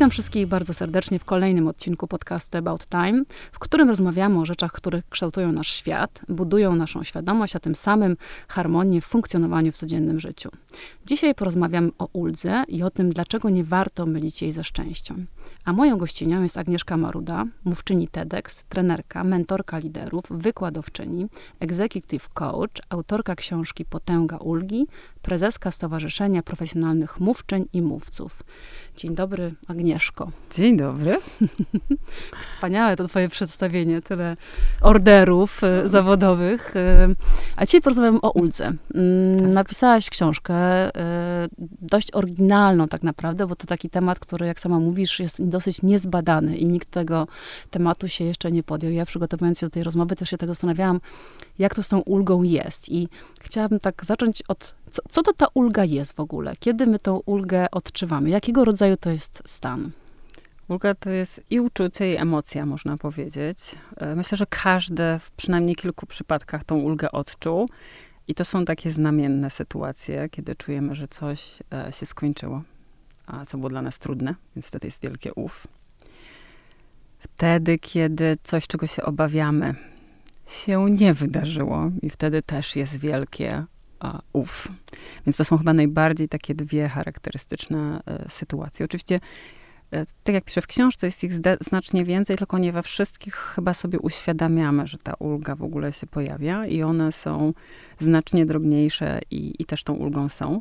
Witam wszystkich bardzo serdecznie w kolejnym odcinku podcastu About Time, w którym rozmawiamy o rzeczach, które kształtują nasz świat, budują naszą świadomość, a tym samym harmonię w funkcjonowaniu w codziennym życiu. Dzisiaj porozmawiam o uldze i o tym, dlaczego nie warto mylić jej ze szczęściem. A moją gościnią jest Agnieszka Maruda, mówczyni TEDx, trenerka, mentorka liderów, wykładowczyni, executive coach, autorka książki Potęga Ulgi, prezeska Stowarzyszenia Profesjonalnych Mówczyń i Mówców. Dzień dobry, Agnieszko. Dzień dobry. Wspaniałe to twoje przedstawienie, tyle orderów zawodowych. A dzisiaj porozmawiam o uldze. Napisałaś książkę dość oryginalną tak naprawdę, bo to taki temat, który, jak sama mówisz, jest dosyć niezbadany i nikt tego tematu się jeszcze nie podjął. Ja przygotowując się do tej rozmowy też się tego zastanawiałam, jak to z tą ulgą jest. I chciałabym tak zacząć od, co to ta ulga jest w ogóle? Kiedy my tą ulgę odczuwamy? Jakiego rodzaju to jest stan? Ulga to jest i uczucie, i emocja, można powiedzieć. Myślę, że każdy w przynajmniej kilku przypadkach tą ulgę odczuł. I to są takie znamienne sytuacje, kiedy czujemy, że coś się skończyło, a co było dla nas trudne, więc wtedy jest wielkie uf. Wtedy, kiedy coś, czego się obawiamy, się nie wydarzyło i wtedy też jest wielkie uf. Więc to są chyba najbardziej takie dwie charakterystyczne sytuacje. Oczywiście, tak jak piszę w książce, jest ich znacznie więcej, tylko nie we wszystkich chyba sobie uświadamiamy, że ta ulga w ogóle się pojawia i one są znacznie drobniejsze i też tą ulgą są.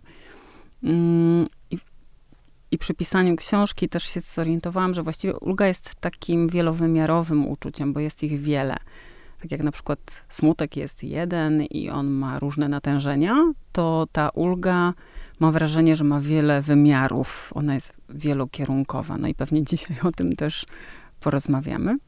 I przy pisaniu książki też się zorientowałam, że właściwie ulga jest takim wielowymiarowym uczuciem, bo jest ich wiele. Tak jak na przykład smutek jest jeden i on ma różne natężenia, to ta ulga, mam wrażenie, że ma wiele wymiarów. Ona jest wielokierunkowa. No i pewnie dzisiaj o tym też porozmawiamy.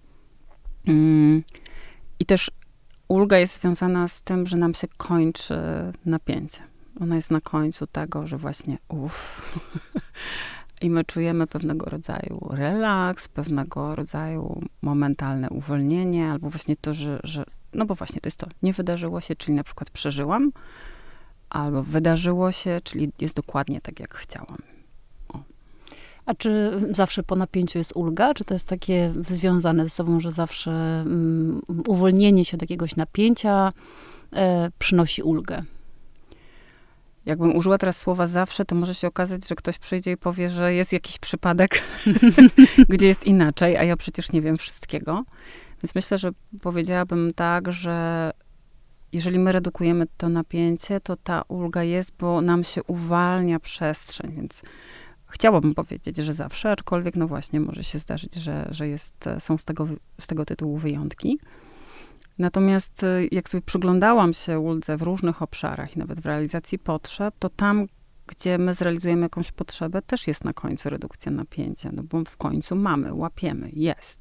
I też ulga jest związana z tym, że nam się kończy napięcie. Ona jest na końcu tego, że właśnie I my czujemy pewnego rodzaju relaks, pewnego rodzaju momentalne uwolnienie, albo właśnie to, że no bo właśnie to jest to, nie wydarzyło się, czyli na przykład przeżyłam, albo wydarzyło się, czyli jest dokładnie tak, jak chciałam. A czy zawsze po napięciu jest ulga? Czy to jest takie związane ze sobą, że zawsze uwolnienie się od jakiegoś napięcia przynosi ulgę? Jakbym użyła teraz słowa zawsze, to może się okazać, że ktoś przyjdzie i powie, że jest jakiś przypadek, gdzie jest inaczej, a ja przecież nie wiem wszystkiego. Więc myślę, że powiedziałabym tak, że jeżeli my redukujemy to napięcie, to ta ulga jest, bo nam się uwalnia przestrzeń, więc chciałabym powiedzieć, że zawsze, aczkolwiek no właśnie może się zdarzyć, że są z tego tytułu wyjątki. Natomiast jak sobie przyglądałam się uldze w różnych obszarach i nawet w realizacji potrzeb, to tam, gdzie my zrealizujemy jakąś potrzebę, też jest na końcu redukcja napięcia, no bo w końcu łapiemy, jest.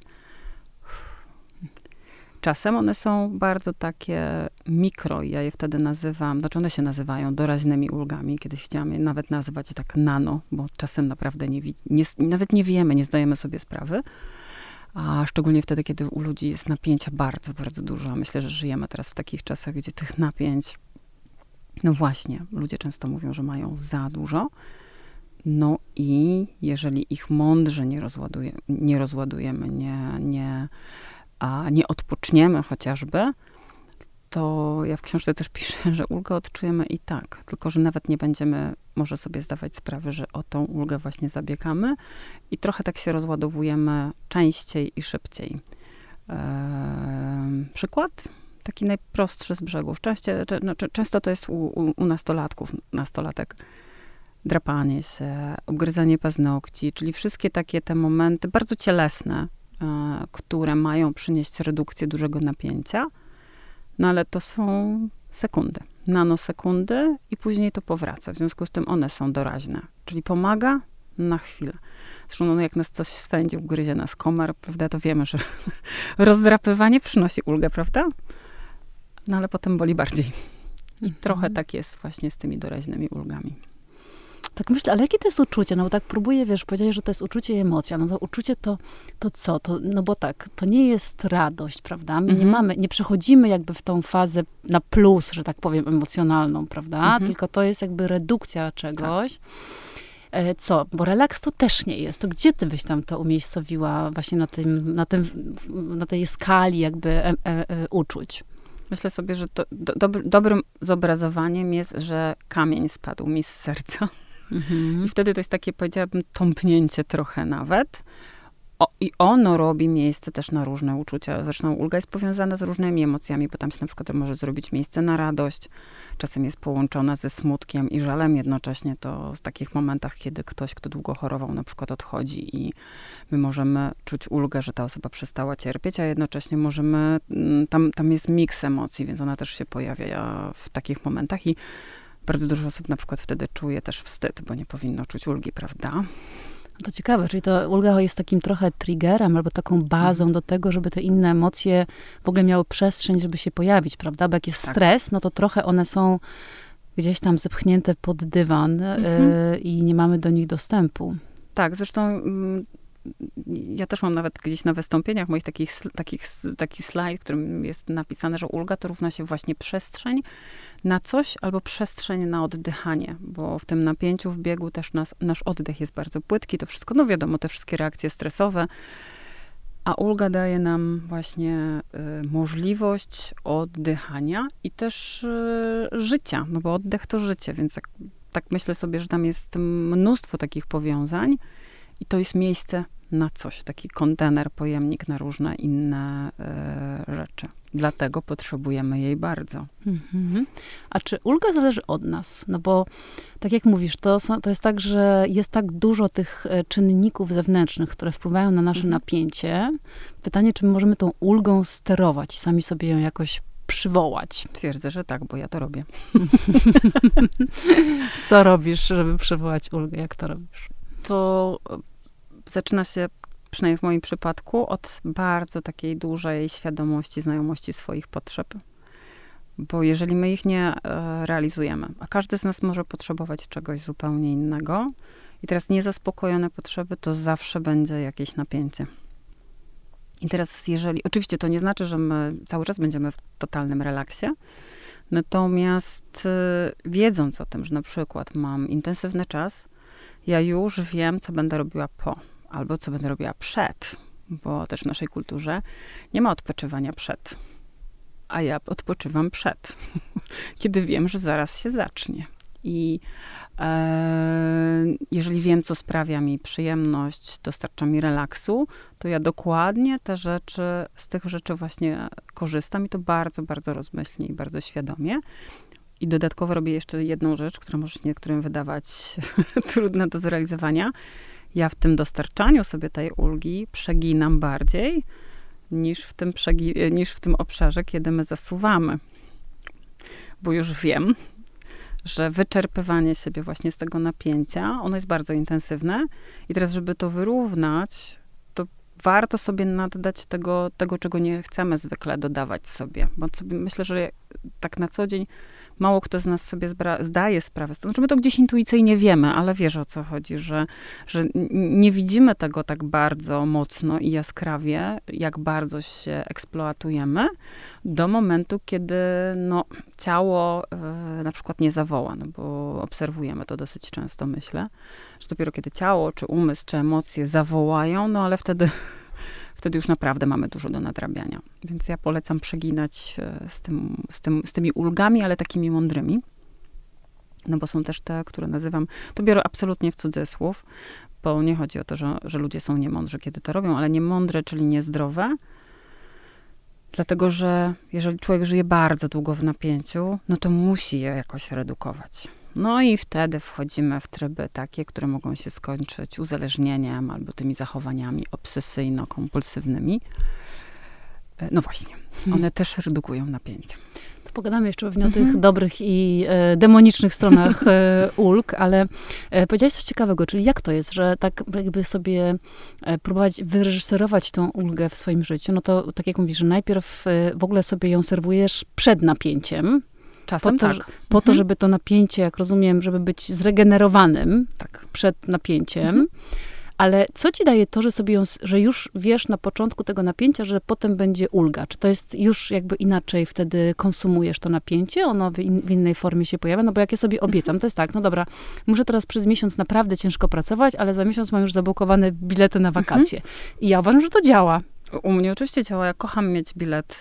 Czasem one są bardzo takie mikro i ja je wtedy nazywam, znaczy one się nazywają doraźnymi ulgami. Kiedyś chciałam je nawet nazwać tak nano, bo czasem naprawdę nawet nie wiemy, nie zdajemy sobie sprawy. A szczególnie wtedy, kiedy u ludzi jest napięcia bardzo, bardzo dużo. Myślę, że żyjemy teraz w takich czasach, gdzie tych napięć, no właśnie, ludzie często mówią, że mają za dużo. No i jeżeli ich mądrze nie rozładujemy, nie odpoczniemy chociażby, to ja w książce też piszę, że ulgę odczujemy i tak, tylko że nawet nie będziemy może sobie zdawać sprawy, że o tą ulgę właśnie zabiegamy i trochę tak się rozładowujemy częściej i szybciej. Przykład taki najprostszy z brzegów. Często to jest u nastolatek. Drapanie się, obgryzanie paznokci, czyli wszystkie takie te momenty bardzo cielesne, które mają przynieść redukcję dużego napięcia. No ale to są sekundy, nanosekundy i później to powraca. W związku z tym one są doraźne. Czyli pomaga na chwilę. Zresztą no, jak nas coś swędzi, ugryzie nas komar, prawda, to wiemy, że rozdrapywanie przynosi ulgę, prawda? No ale potem boli bardziej. I trochę tak jest właśnie z tymi doraźnymi ulgami. Tak myślę, ale jakie to jest uczucie? No bo tak próbuję, powiedzieć, że to jest uczucie i emocja. No to uczucie to co? No bo tak, to nie jest radość, prawda? My nie przechodzimy jakby w tą fazę na plus, że tak powiem, emocjonalną, prawda? Tylko to jest jakby redukcja czegoś. Tak. Co? Bo relaks to też nie jest. To gdzie ty byś tam to umiejscowiła właśnie na tej skali jakby uczuć? Myślę sobie, że to dobrym zobrazowaniem jest, że kamień spadł mi z serca. I wtedy to jest takie, powiedziałabym, tąpnięcie trochę nawet. I ono robi miejsce też na różne uczucia. Zresztą ulga jest powiązana z różnymi emocjami, bo tam się na przykład może zrobić miejsce na radość. Czasem jest połączona ze smutkiem i żalem jednocześnie. To w takich momentach, kiedy ktoś, kto długo chorował, na przykład odchodzi i my możemy czuć ulgę, że ta osoba przestała cierpieć, a jednocześnie możemy, tam jest miks emocji, więc ona też się pojawia w takich momentach i bardzo dużo osób na przykład wtedy czuje też wstyd, bo nie powinno czuć ulgi, prawda? To ciekawe, czyli to ulga jest takim trochę triggerem albo taką bazą do tego, żeby te inne emocje w ogóle miały przestrzeń, żeby się pojawić, prawda? Bo jak jest stres, no to trochę one są gdzieś tam zepchnięte pod dywan i nie mamy do nich dostępu. Tak, zresztą ja też mam nawet gdzieś na wystąpieniach moich taki slajd, w którym jest napisane, że ulga to równa się właśnie przestrzeń na coś albo przestrzeń na oddychanie, bo w tym napięciu w biegu też nasz oddech jest bardzo płytki, to wszystko, no wiadomo, te wszystkie reakcje stresowe, a ulga daje nam właśnie możliwość oddychania i też życia, no bo oddech to życie, więc tak myślę sobie, że tam jest mnóstwo takich powiązań i to jest miejsce na coś, taki kontener, pojemnik na różne inne rzeczy. Dlatego potrzebujemy jej bardzo. A czy ulga zależy od nas? No bo tak jak mówisz, to jest tak, że jest tak dużo tych czynników zewnętrznych, które wpływają na nasze napięcie. Pytanie, czy my możemy tą ulgą sterować i sami sobie ją jakoś przywołać? Twierdzę, że tak, bo ja to robię. Co robisz, żeby przywołać ulgę? Jak to robisz? To zaczyna się, przynajmniej w moim przypadku, od bardzo takiej dużej świadomości, znajomości swoich potrzeb. Bo jeżeli my ich nie realizujemy, a każdy z nas może potrzebować czegoś zupełnie innego i teraz niezaspokojone potrzeby, to zawsze będzie jakieś napięcie. I teraz oczywiście to nie znaczy, że my cały czas będziemy w totalnym relaksie, natomiast wiedząc o tym, że na przykład mam intensywny czas, ja już wiem, co będę robiła po, albo co będę robiła przed, bo też w naszej kulturze nie ma odpoczywania przed, a ja odpoczywam przed, kiedy wiem, że zaraz się zacznie. I jeżeli wiem, co sprawia mi przyjemność, dostarcza mi relaksu, to ja dokładnie z tych rzeczy właśnie korzystam i to bardzo, bardzo rozmyślnie i bardzo świadomie. I dodatkowo robię jeszcze jedną rzecz, która może się niektórym wydawać trudna do zrealizowania. Ja w tym dostarczaniu sobie tej ulgi przeginam bardziej niż w tym obszarze, kiedy my zasuwamy. Bo już wiem, że wyczerpywanie siebie właśnie z tego napięcia, ono jest bardzo intensywne. I teraz, żeby to wyrównać, to warto sobie naddać tego, czego nie chcemy zwykle dodawać sobie. Bo myślę, że tak na co dzień mało kto z nas sobie zdaje sprawę z tego. Znaczy my to gdzieś intuicyjnie wiemy, ale wiesz, o co chodzi, że nie widzimy tego tak bardzo mocno i jaskrawie, jak bardzo się eksploatujemy, do momentu, kiedy ciało na przykład nie zawoła, bo obserwujemy to dosyć często, myślę, że dopiero kiedy ciało, czy umysł, czy emocje zawołają, ale wtedy już naprawdę mamy dużo do nadrabiania. Więc ja polecam przeginać z tymi ulgami, ale takimi mądrymi. No bo są też te, które nazywam, to biorę absolutnie w cudzysłów, bo nie chodzi o to, że ludzie są niemądrzy, kiedy to robią, ale niemądre, czyli niezdrowe. Dlatego, że jeżeli człowiek żyje bardzo długo w napięciu, no to musi je jakoś redukować. No i wtedy wchodzimy w tryby takie, które mogą się skończyć uzależnieniem albo tymi zachowaniami obsesyjno-kompulsywnymi. No właśnie, one też redukują napięcie. To pogadamy jeszcze pewnie o tych dobrych i demonicznych stronach ulg, ale powiedziałaś coś ciekawego, czyli jak to jest, że tak jakby sobie próbować wyreżyserować tą ulgę w swoim życiu, no to tak jak mówisz, że najpierw w ogóle sobie ją serwujesz przed napięciem, Czasem po to, żeby to napięcie, jak rozumiem, żeby być zregenerowanym przed napięciem. Ale co ci daje to, że sobie że już wiesz na początku tego napięcia, że potem będzie ulga? Czy to jest już jakby inaczej wtedy konsumujesz to napięcie? Ono w innej formie się pojawia? No bo jak ja sobie obiecam, to jest tak, no dobra, muszę teraz przez miesiąc naprawdę ciężko pracować, ale za miesiąc mam już zabukowane bilety na wakacje. I ja uważam, że to działa. U mnie oczywiście działa. Ja kocham mieć bilet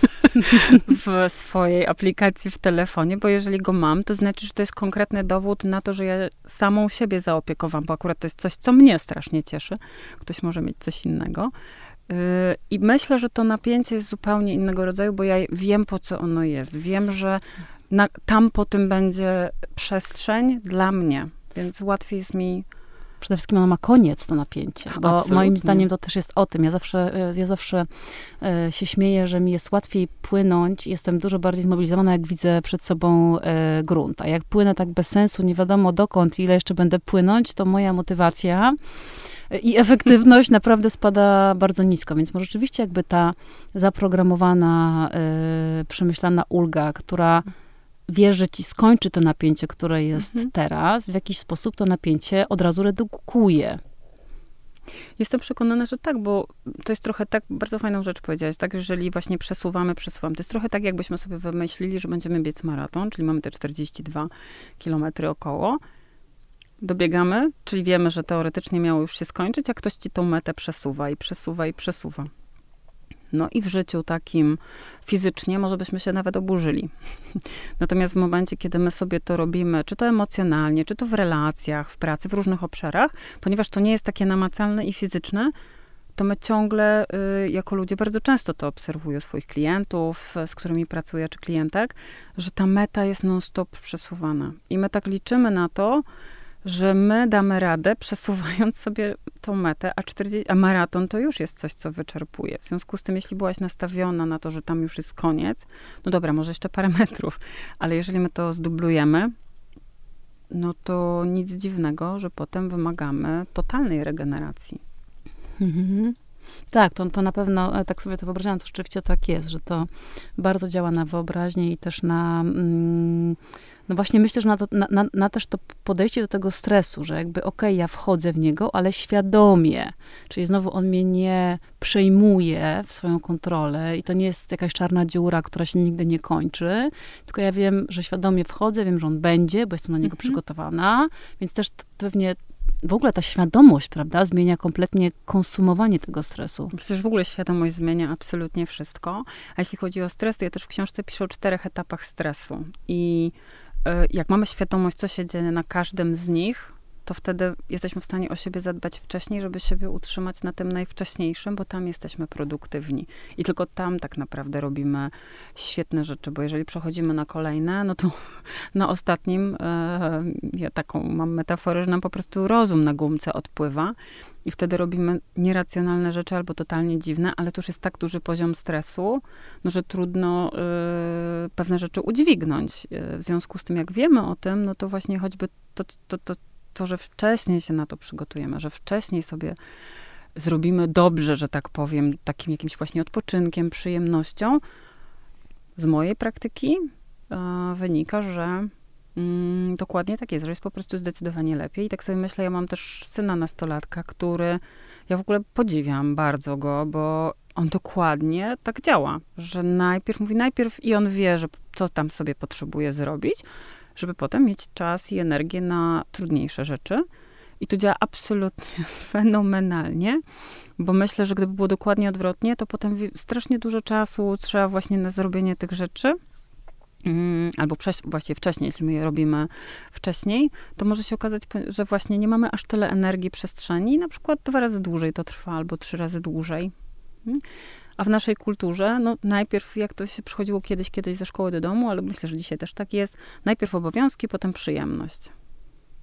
w swojej aplikacji w telefonie, bo jeżeli go mam, to znaczy, że to jest konkretny dowód na to, że ja samą siebie zaopiekowałam, bo akurat to jest coś, co mnie strasznie cieszy. Ktoś może mieć coś innego. I myślę, że to napięcie jest zupełnie innego rodzaju, bo ja wiem, po co ono jest. Wiem, że tam po tym będzie przestrzeń dla mnie, więc łatwiej jest mi. Przede wszystkim ono ma koniec, to napięcie, bo Absolutnie. moim zdaniem to też jest o tym. Ja zawsze się śmieję, że mi jest łatwiej płynąć, jestem dużo bardziej zmobilizowana, jak widzę przed sobą grunt. A jak płynę tak bez sensu, nie wiadomo dokąd, ile jeszcze będę płynąć, to moja motywacja i efektywność naprawdę spada bardzo nisko. Więc może rzeczywiście jakby ta zaprogramowana, przemyślana ulga, która wiesz, że ci skończy to napięcie, które jest teraz, w jakiś sposób to napięcie od razu redukuje. Jestem przekonana, że tak, bo to jest trochę tak, bardzo fajną rzecz powiedziałaś, tak, jeżeli właśnie przesuwamy. To jest trochę tak, jakbyśmy sobie wymyślili, że będziemy biec maraton, czyli mamy te 42 kilometry około, dobiegamy, czyli wiemy, że teoretycznie miało już się skończyć, a ktoś ci tą metę przesuwa i przesuwa i przesuwa. No i w życiu takim fizycznie może byśmy się nawet oburzyli. Natomiast w momencie, kiedy my sobie to robimy, czy to emocjonalnie, czy to w relacjach, w pracy, w różnych obszarach, ponieważ to nie jest takie namacalne i fizyczne, to my ciągle, jako ludzie, bardzo często to obserwuję swoich klientów, z którymi pracuję, czy klientek, że ta meta jest non-stop przesuwana. I my tak liczymy na to, że my damy radę, przesuwając sobie tą metę, a maraton to już jest coś, co wyczerpuje. W związku z tym, jeśli byłaś nastawiona na to, że tam już jest koniec, no dobra, może jeszcze parę metrów, ale jeżeli my to zdublujemy, no to nic dziwnego, że potem wymagamy totalnej regeneracji. Tak, to na pewno, tak sobie to wyobrażałam, to rzeczywiście tak jest, że to bardzo działa na wyobraźnię i też na... No właśnie myślę, że na też to podejście do tego stresu, że jakby ja wchodzę w niego, ale świadomie. Czyli znowu on mnie nie przejmuje w swoją kontrolę i to nie jest jakaś czarna dziura, która się nigdy nie kończy, tylko ja wiem, że świadomie wchodzę, wiem, że on będzie, bo jestem na niego przygotowana, więc też pewnie w ogóle ta świadomość, prawda, zmienia kompletnie konsumowanie tego stresu. Myślę, że w ogóle świadomość zmienia absolutnie wszystko. A jeśli chodzi o stres, to ja też w książce piszę o 4 etapach stresu. I jak mamy świadomość, co się dzieje na każdym z nich, to wtedy jesteśmy w stanie o siebie zadbać wcześniej, żeby siebie utrzymać na tym najwcześniejszym, bo tam jesteśmy produktywni. I tylko tam tak naprawdę robimy świetne rzeczy, bo jeżeli przechodzimy na kolejne, no to na ostatnim, ja taką mam metaforę, że nam po prostu rozum na gumce odpływa i wtedy robimy nieracjonalne rzeczy albo totalnie dziwne, ale to już jest tak duży poziom stresu, no, że trudno pewne rzeczy udźwignąć. W związku z tym, jak wiemy o tym, no to właśnie choćby to, że wcześniej się na to przygotujemy, że wcześniej sobie zrobimy dobrze, że tak powiem, takim jakimś właśnie odpoczynkiem, przyjemnością, z mojej praktyki wynika, że dokładnie tak jest, że jest po prostu zdecydowanie lepiej. I tak sobie myślę, ja mam też syna nastolatka, który, ja w ogóle podziwiam bardzo go, bo on dokładnie tak działa, że najpierw i on wie, że co tam sobie potrzebuje zrobić, żeby potem mieć czas i energię na trudniejsze rzeczy. I to działa absolutnie fenomenalnie, bo myślę, że gdyby było dokładnie odwrotnie, to potem strasznie dużo czasu trzeba właśnie na zrobienie tych rzeczy. Albo właśnie wcześniej, jeśli my je robimy wcześniej, to może się okazać, że właśnie nie mamy aż tyle energii, przestrzeni. Na przykład 2 razy dłużej to trwa, albo 3 razy dłużej. A w naszej kulturze, no najpierw, jak to się przychodziło kiedyś ze szkoły do domu, ale myślę, że dzisiaj też tak jest, najpierw obowiązki, potem przyjemność.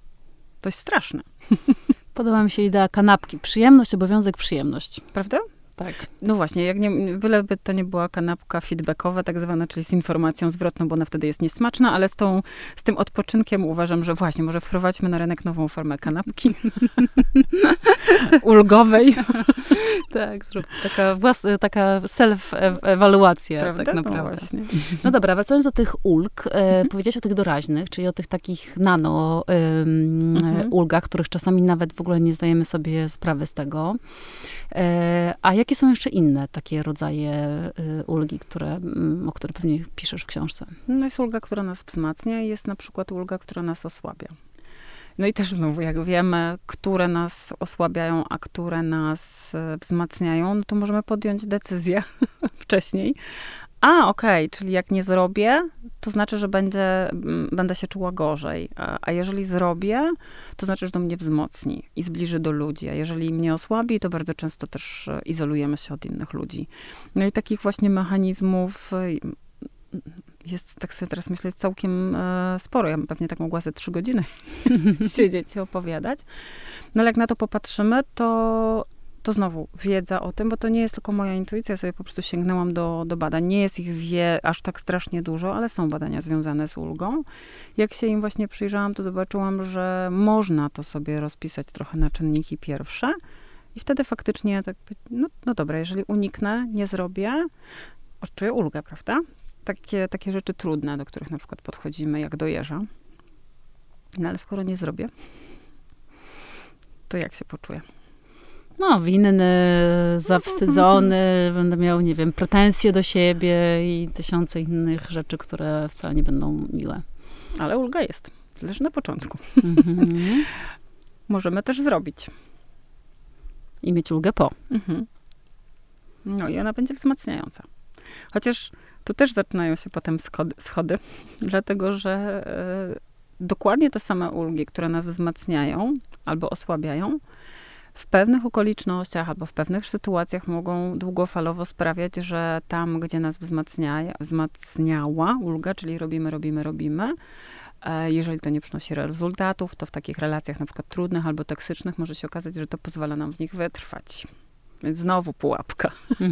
To jest straszne. Podoba mi się idea kanapki. Przyjemność, obowiązek, przyjemność. Prawda? Tak. No właśnie, byleby to nie była kanapka feedbackowa tak zwana, czyli z informacją zwrotną, bo ona wtedy jest niesmaczna, ale z tym odpoczynkiem uważam, że właśnie, może wprowadźmy na rynek nową formę kanapki ulgowej. Tak, taka self-ewaluacja tak naprawdę. No właśnie. No dobra, wracając do tych ulg, powiedziałaś o tych doraźnych, czyli o tych takich nano ulgach, których czasami nawet w ogóle nie zdajemy sobie sprawy z tego. A jakie są jeszcze inne takie rodzaje ulgi, o których pewnie piszesz w książce? No jest ulga, która nas wzmacnia i jest na przykład ulga, która nas osłabia. No i też znowu, jak wiemy, które nas osłabiają, a które nas wzmacniają, no to możemy podjąć decyzję wcześniej. Okej, czyli jak nie zrobię, to znaczy, że będę się czuła gorzej. A jeżeli zrobię, to znaczy, że to mnie wzmocni i zbliży do ludzi. A jeżeli mnie osłabi, to bardzo często też izolujemy się od innych ludzi. No i takich właśnie mechanizmów jest, tak sobie teraz myślę, jest całkiem sporo. Ja bym pewnie tak mogła ze 3 godziny siedzieć i opowiadać. No ale jak na to popatrzymy, to znowu wiedza o tym, bo to nie jest tylko moja intuicja, ja sobie po prostu sięgnęłam do badań. Nie jest ich aż tak strasznie dużo, ale są badania związane z ulgą. Jak się im właśnie przyjrzałam, to zobaczyłam, że można to sobie rozpisać trochę na czynniki pierwsze i wtedy faktycznie tak, no dobra, jeżeli uniknę, nie zrobię, odczuję ulgę, prawda? Takie rzeczy trudne, do których na przykład podchodzimy, jak do jeża. No ale skoro nie zrobię, to jak się poczuję? No, winny, zawstydzony, będę miał, nie wiem, pretensje do siebie i tysiące innych rzeczy, które wcale nie będą miłe. Ale ulga jest. Leży na początku. Możemy też zrobić. I mieć ulgę po. No i ona będzie wzmacniająca. Chociaż tu też zaczynają się potem schody, dlatego że dokładnie te same ulgi, które nas wzmacniają albo osłabiają, w pewnych okolicznościach albo w pewnych sytuacjach mogą długofalowo sprawiać, że tam, gdzie nas wzmacniała ulga, czyli robimy, jeżeli to nie przynosi rezultatów, to w takich relacjach na przykład trudnych albo toksycznych może się okazać, że to pozwala nam w nich wytrwać. Więc znowu pułapka.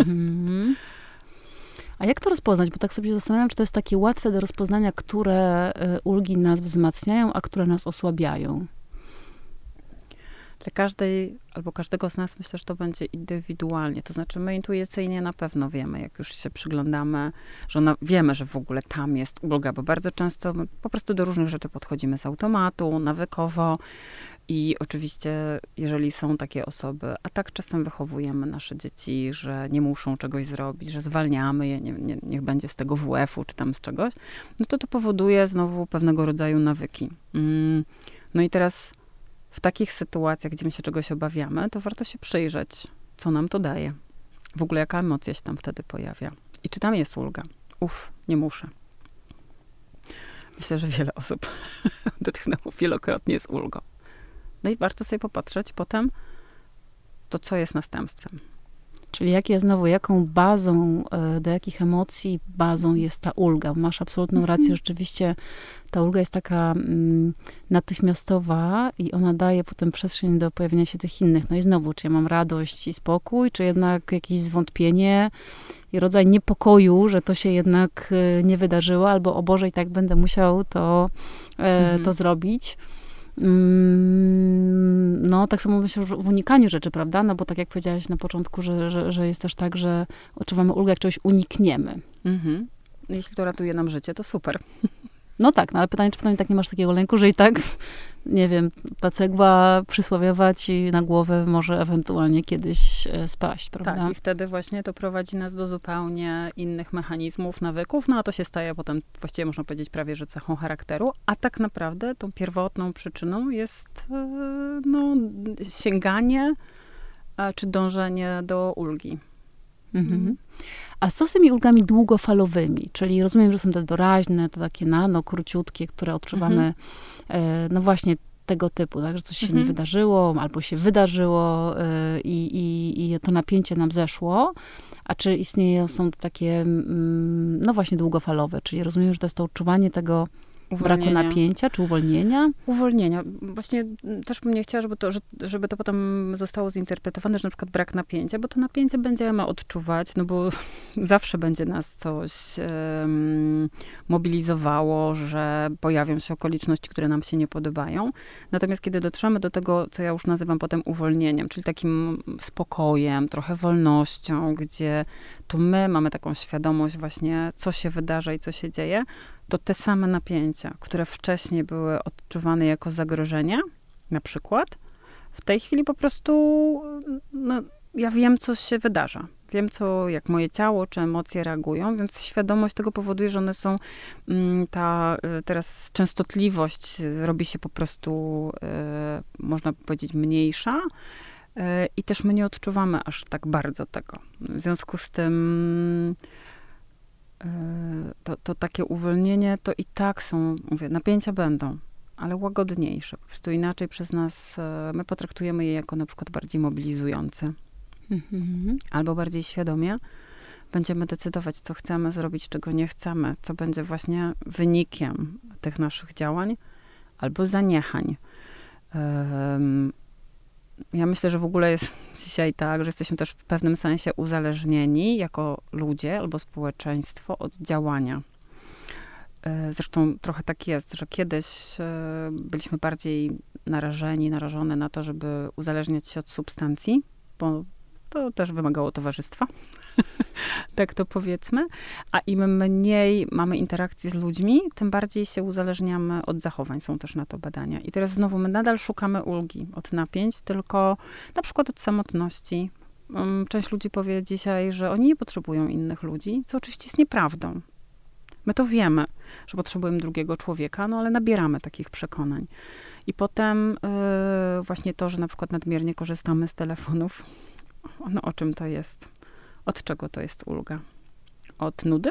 A jak to rozpoznać? Bo tak sobie zastanawiam, czy to jest takie łatwe do rozpoznania, które ulgi nas wzmacniają, a które nas osłabiają. Dla każdej albo każdego z nas myślę, że to będzie indywidualnie. To znaczy my intuicyjnie na pewno wiemy, jak już się przyglądamy, że wiemy, że w ogóle tam jest ulga, bo bardzo często my po prostu do różnych rzeczy podchodzimy z automatu, nawykowo i oczywiście, jeżeli są takie osoby, a tak czasem wychowujemy nasze dzieci, że nie muszą czegoś zrobić, że zwalniamy je, niech będzie z tego WF-u czy tam z czegoś, no to powoduje znowu pewnego rodzaju nawyki. No i teraz w takich sytuacjach, gdzie my się czegoś obawiamy, to warto się przyjrzeć, co nam to daje. W ogóle jaka emocja się tam wtedy pojawia. I czy tam jest ulga? Nie muszę. Myślę, że wiele osób dotknęło wielokrotnie z ulgą. No i warto sobie popatrzeć potem, to co jest następstwem. Czyli jaką bazą, do jakich emocji bazą jest ta ulga? Masz absolutną rację, rzeczywiście ta ulga jest taka natychmiastowa i ona daje potem przestrzeń do pojawienia się tych innych. No i znowu, czy ja mam radość i spokój, czy jednak jakieś zwątpienie i rodzaj niepokoju, że to się jednak nie wydarzyło, albo o Boże, i tak będę musiał to zrobić. No, tak samo myślę w unikaniu rzeczy, prawda? No bo tak jak powiedziałaś na początku, że jest też tak, że odczuwamy ulgę, jak czegoś unikniemy. Jeśli to ratuje nam życie, to super. No tak, no ale pytanie, czy potem tak nie masz takiego lęku, że i tak, nie wiem, ta cegła przysłowiowa ci na głowę może ewentualnie kiedyś spaść, prawda? Tak, i wtedy właśnie to prowadzi nas do zupełnie innych mechanizmów, nawyków, no a to się staje potem, właściwie można powiedzieć prawie, że cechą charakteru, a tak naprawdę tą pierwotną przyczyną jest sięganie czy dążenie do ulgi. A co z tymi ulgami długofalowymi? Czyli rozumiem, że są te doraźne, to takie króciutkie, które odczuwamy, no właśnie tego typu, tak, że coś się nie wydarzyło, albo się wydarzyło i to napięcie nam zeszło. A czy są takie, no właśnie długofalowe? Czyli rozumiem, że to jest to odczuwanie tego Braku napięcia czy uwolnienia? Uwolnienia. Właśnie też bym nie chciała, żeby to potem zostało zinterpretowane, że na przykład brak napięcia, bo to napięcie będziemy odczuwać, no bo zawsze będzie nas coś mobilizowało, że pojawią się okoliczności, które nam się nie podobają. Natomiast kiedy dotrzemy do tego, co ja już nazywam potem uwolnieniem, czyli takim spokojem, trochę wolnością, gdzie to my mamy taką świadomość właśnie, co się wydarza i co się dzieje, to te same napięcia, które wcześniej były odczuwane jako zagrożenie, na przykład, w tej chwili po prostu no, ja wiem, co się wydarza. Wiem, jak moje ciało czy emocje reagują, więc świadomość tego powoduje, że one są, teraz częstotliwość robi się po prostu, można powiedzieć, mniejsza. I też my nie odczuwamy aż tak bardzo tego. W związku z tym to takie uwolnienie, to i tak są, mówię, napięcia będą, ale łagodniejsze. Po prostu inaczej przez nas, my potraktujemy je jako na przykład bardziej mobilizujące. Albo bardziej świadomie będziemy decydować, co chcemy zrobić, czego nie chcemy, co będzie właśnie wynikiem tych naszych działań, albo zaniechań. Ja myślę, że w ogóle jest dzisiaj tak, że jesteśmy też w pewnym sensie uzależnieni jako ludzie albo społeczeństwo od działania. Zresztą trochę tak jest, że kiedyś byliśmy bardziej narażone na to, żeby uzależniać się od substancji, bo to też wymagało towarzystwa, tak to powiedzmy. A im mniej mamy interakcji z ludźmi, tym bardziej się uzależniamy od zachowań. Są też na to badania. I teraz znowu my nadal szukamy ulgi od napięć, tylko na przykład od samotności. Część ludzi powie dzisiaj, że oni nie potrzebują innych ludzi, co oczywiście jest nieprawdą. My to wiemy, że potrzebujemy drugiego człowieka, no ale nabieramy takich przekonań. I potem właśnie to, że na przykład nadmiernie korzystamy z telefonów, no o czym to jest? Od czego to jest ulga? Od nudy?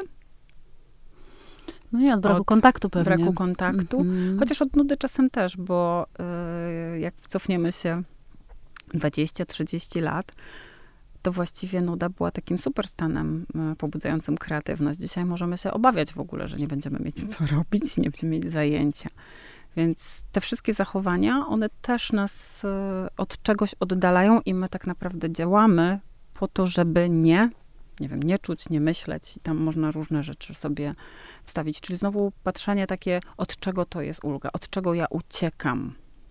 No nie, od braku kontaktu pewnie. Braku kontaktu, chociaż od nudy czasem też, bo jak cofniemy się 20-30 lat, to właściwie nuda była takim superstanem pobudzającym kreatywność. Dzisiaj możemy się obawiać w ogóle, że nie będziemy mieć co robić, nie będziemy mieć zajęcia. Więc te wszystkie zachowania, one też nas od czegoś oddalają i my tak naprawdę działamy po to, żeby nie czuć, nie myśleć. I tam można różne rzeczy sobie wstawić. Czyli znowu patrzenie takie, od czego to jest ulga, od czego ja uciekam.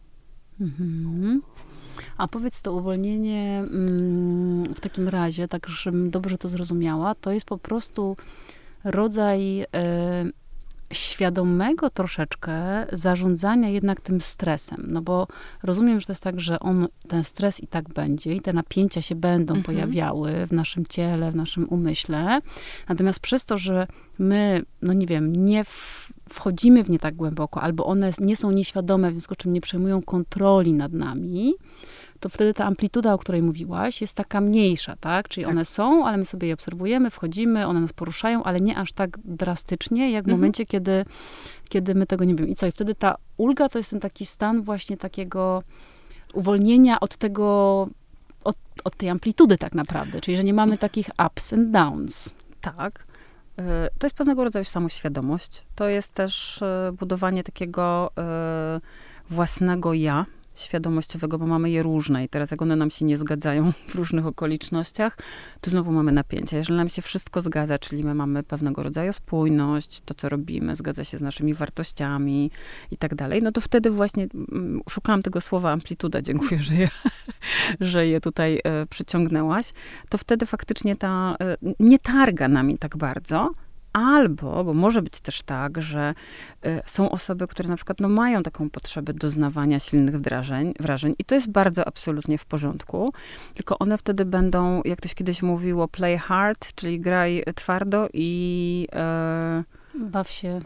A powiedz, to uwolnienie w takim razie, tak żebym dobrze to zrozumiała, to jest po prostu rodzaj świadomego troszeczkę zarządzania jednak tym stresem. No bo rozumiem, że to jest tak, że ten stres i tak będzie i te napięcia się będą pojawiały w naszym ciele, w naszym umyśle. Natomiast przez to, że my, no nie wiem, nie wchodzimy w nie tak głęboko, albo one nie są nieświadome, w związku z czym nie przejmują kontroli nad nami, to wtedy ta amplituda, o której mówiłaś, jest taka mniejsza, tak? Czyli one są, ale my sobie je obserwujemy, wchodzimy, one nas poruszają, ale nie aż tak drastycznie, jak w momencie, kiedy my tego nie wiemy. I co? I wtedy ta ulga to jest ten taki stan właśnie takiego uwolnienia od tego, od tej amplitudy tak naprawdę. Czyli, że nie mamy takich ups and downs. Tak. To jest pewnego rodzaju samoświadomość. To jest też budowanie takiego własnego ja, świadomościowego, bo mamy je różne i teraz jak one nam się nie zgadzają w różnych okolicznościach, to znowu mamy napięcia. Jeżeli nam się wszystko zgadza, czyli my mamy pewnego rodzaju spójność, to co robimy, zgadza się z naszymi wartościami i tak dalej, no to wtedy właśnie szukałam tego słowa amplituda, dziękuję, że je tutaj przyciągnęłaś, to wtedy faktycznie nie targa nami tak bardzo. Albo, bo może być też tak, że są osoby, które na przykład mają taką potrzebę doznawania silnych wrażeń i to jest bardzo absolutnie w porządku, tylko one wtedy będą, jak ktoś kiedyś mówiło, play hard, czyli graj twardo i baw się.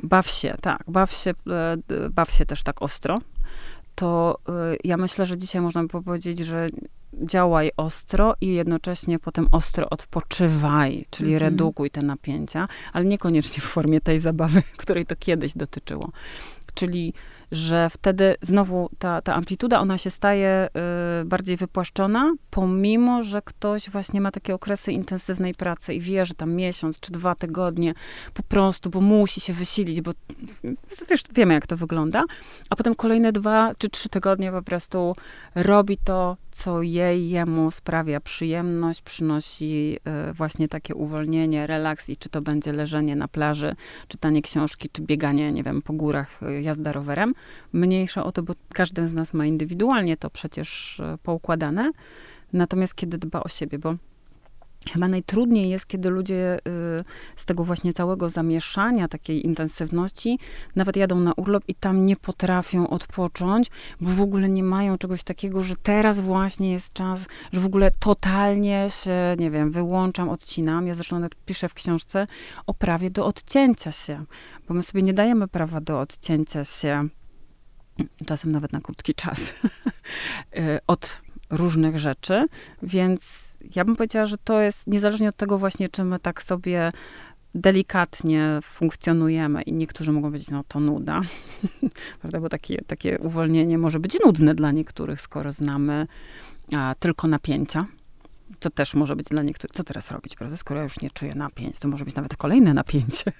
Baw się też tak ostro. To ja myślę, że dzisiaj można by powiedzieć, że działaj ostro i jednocześnie potem ostro odpoczywaj, czyli redukuj te napięcia, ale niekoniecznie w formie tej zabawy, której to kiedyś dotyczyło. Czyli że wtedy znowu ta amplituda, ona się staje bardziej wypłaszczona, pomimo, że ktoś właśnie ma takie okresy intensywnej pracy i wie, że tam miesiąc czy 2 tygodnie po prostu, bo musi się wysilić, bo wiesz, wiemy, jak to wygląda, a potem kolejne 2 czy 3 tygodnie po prostu robi to, co jemu sprawia przyjemność, przynosi właśnie takie uwolnienie, relaks i czy to będzie leżenie na plaży, czytanie książki, czy bieganie, nie wiem, po górach, jazda rowerem. Mniejsza o to, bo każdy z nas ma indywidualnie to przecież poukładane. Natomiast kiedy dba o siebie, bo chyba najtrudniej jest, kiedy ludzie z tego właśnie całego zamieszania, takiej intensywności, nawet jadą na urlop i tam nie potrafią odpocząć, bo w ogóle nie mają czegoś takiego, że teraz właśnie jest czas, że w ogóle totalnie się, nie wiem, wyłączam, odcinam. Ja zresztą nawet piszę w książce o prawie do odcięcia się, bo my sobie nie dajemy prawa do odcięcia się, czasem nawet na krótki czas, od różnych rzeczy, więc ja bym powiedziała, że to jest niezależnie od tego właśnie, czy my tak sobie delikatnie funkcjonujemy i niektórzy mogą powiedzieć, no to nuda, prawda, bo takie uwolnienie może być nudne dla niektórych, skoro znamy tylko napięcia. To też może być dla niektórych, co teraz robić, prawda, skoro ja już nie czuję napięć, to może być nawet kolejne napięcie.